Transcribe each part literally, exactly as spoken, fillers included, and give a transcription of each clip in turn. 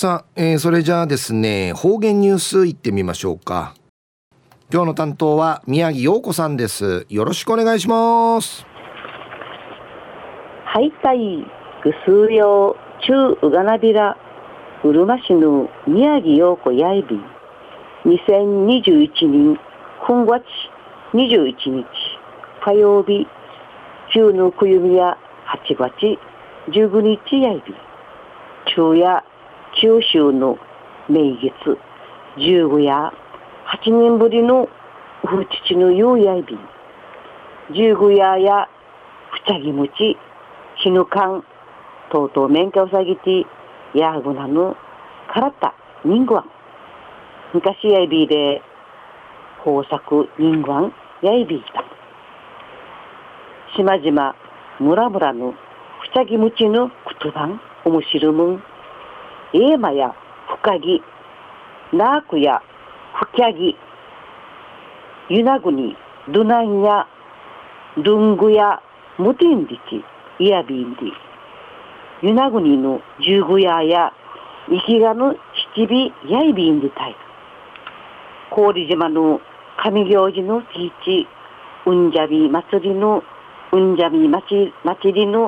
さあ、えー、それじゃあですね、方言ニュースいってみましょうか。今日の担当は宮城陽子さんです。よろしくお願いします。 はいたいぐすうよう中うがなびらうるま市の宮城陽子やいびにせんにじゅういちねんくんがつにじゅういちにち火曜日中のくゆみやはちがつじゅうくにちやいび中夜九州の名月十五夜はちねんぶりのふちちのゆうやいび十五夜やふちゃぎもちひぬかんとうとうめんかうさぎてやぐなぬからたにんぐわん昔やいびで豊作にんぐわんやいびいた島々村々のふちゃぎむちのくとばんおもしるむんえいまやふかぎなーくやふきゃぎゆなぐにどなんやるんぐやむてんりちいやびんりゆなぐにのじゅうぐややいきがぬしちびやいびんりたい氷島の上行事のちいちうんじゃび祭りのうんじゃび祭りの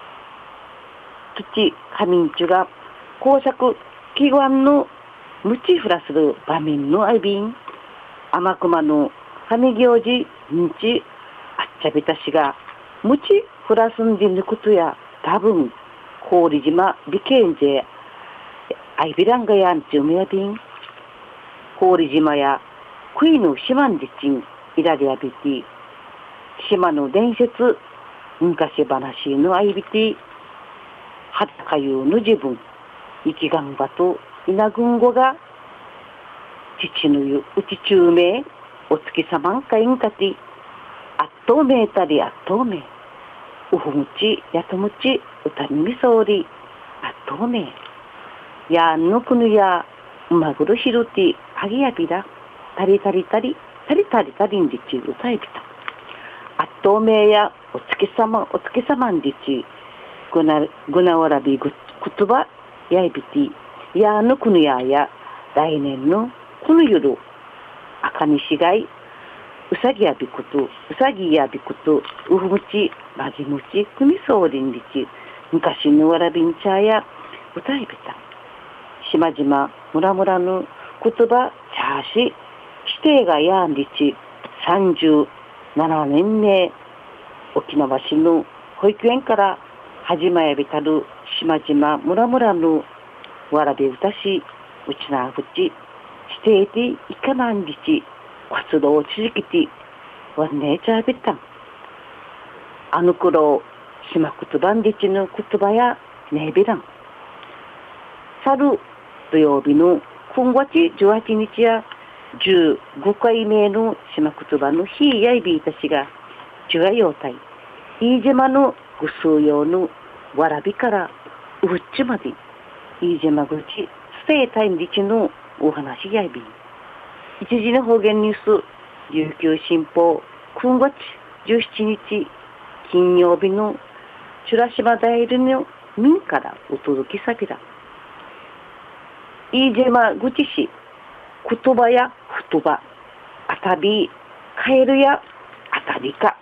土上んちゅが工作祈願のむちふらする場面のあいびん天熊の上行事んちあっちゃびたしがむちふらすんでぬことや多分氷島美形ぜあいびらんがやんちゅうめやびん氷島やクイの島んでちんいらりやびて島の伝説昔話のあいびてはったかゆうの自分生きがんばといなぐんごが父のゆうちちゅうめお月さまんかいんかてあっとうめいたりあっとうめいうふむちやとむちうたにみそうりあっとうめいやんのくぬやうまぐるひるてはぎやびらたりたりたりたりたりたりんじちうたいびたあっとうめいやお月さまお月さまんじちぐなぐなわらびぐくとばやいびてやんのくぬやや来年のくぬゆるあかにしがいうさぎやびこと、うさぎやびこと、うふむち、まぎむち、くみそうりんりち、昔のわらびんちゃや、うたいびた。しまじま、むらむらぬ、ことば、ちゃーし、指定がやんりち、さんじゅうななねんめ、沖縄市の保育園から始まやびたる、しまじま、むらむらぬ、わらびうたし、うちなぐち、指定でいかなんりち、活動を続けてわんねえちゃびたんあの頃島言葉んでちの言葉やねえびらん去る土曜日のくんがつじゅうはちにちやじゅうごかいめの島言葉の日やいびいたしがちゅがようたい飯島のぐすうようのわらびからうっちまで飯島口ステイタイムでちのお話やいび一時の方言ニュース琉球新報くんがつじゅうしちにち金曜日のチュラシマダイルの民からお届けさびら飯島口市言葉や言葉あたびカエルやあたりか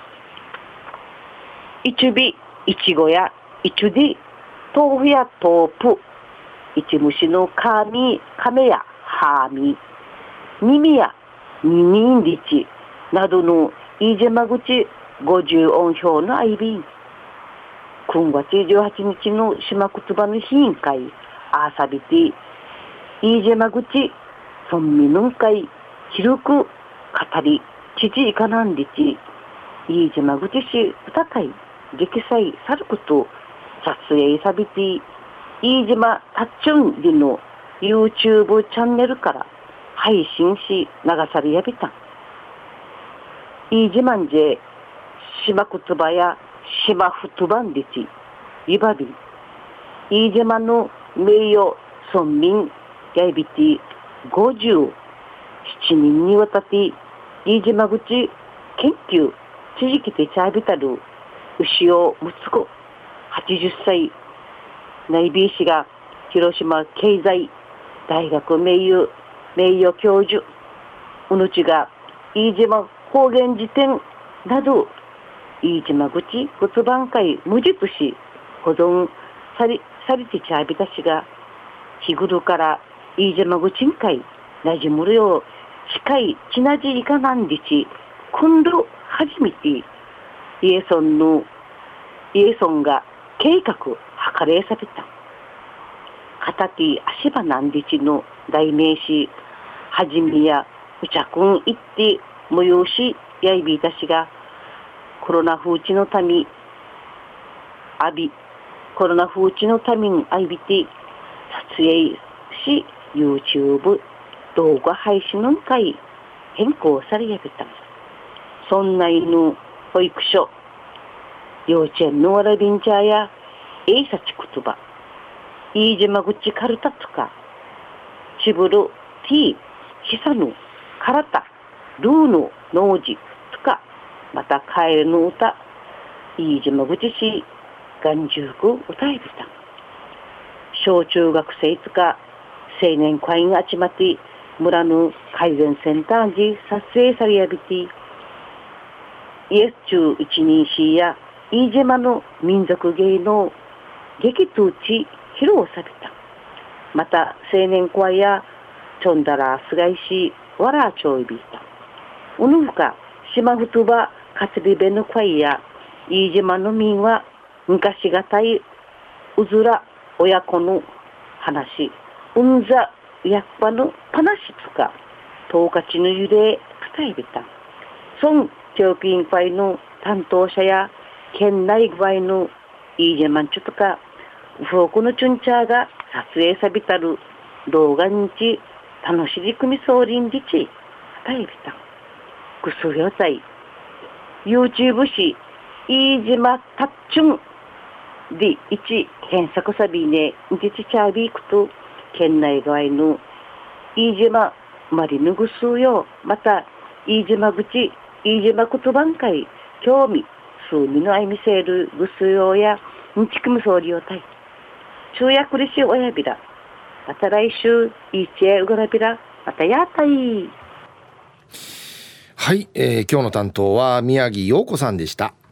いちびいちごやいちで豆腐や豆腐いちむしのかみかめやはみ耳や耳んりちなどの飯島口ごじゅう音表のあいびんくんがつじゅうはちにちの島言葉の委員会あさびて飯島口村民の会広く語り知事いかなんりち飯島口市歌会激祭さること撮影さびて飯島たっちゅんりの YouTube チャンネルから配信し流されやびたん飯島んじ島言葉や島ふとばんりちいばび飯島の名誉村民やいびてごじゅうななにんにわたって飯島口研究続けてちゃびたる牛尾睦子はちじゅっさい内びいしが広島経済大学名誉名誉教授うぬちが飯島方言辞典など飯島口骨盤会無実し保存さりされてちゃびたしが日頃から飯島口ん会なじむるよう近いちなじいかなんりち今度初めてイエソンのイエソンが計画図れさびた片手足場なんりちの代名詞はじめやうちゃくんいって催しやいびいたしがコロナ風知のためあびコロナ風知のためにあいびて撮影し YouTube 動画配信の会変更されやびたそんな犬保育所幼稚園のわらびんちゃやえいさち言葉飯島口カルタとかちぶる T ひさぬからたルーの農事とかまたカエルの歌飯島口市元十区歌いびた小中学生とか青年会員が集まって村の改善センターに撮影されやびてイエス中一人市や飯島の民族芸能劇通知披露されたまた青年会やちょんだらすがいしわらちょいびたうぬふか島ふとばかつびべの会や飯島の民は昔がたいうずら親子の話うんざやっぱの話とか十日の揺れ伝えびた孫教育委員会の担当者や県内外の飯島んちょとかフォークのチュンチャーが撮影さびたる動画にち楽しり組み総輪りち伝えびたぐすよざい YouTube し飯島たっちゅんでいち検索さびねんじちちゃびくと県内外の飯島まりぬぐすよまた飯島口飯島言葉ん会興味数味のあいみせるぐすよやんちくむそうりよたい昼夜くりしおやびらまた来週いちえうがらびらまたやったいはい、えー、今日の担当は宮城陽子さんでした。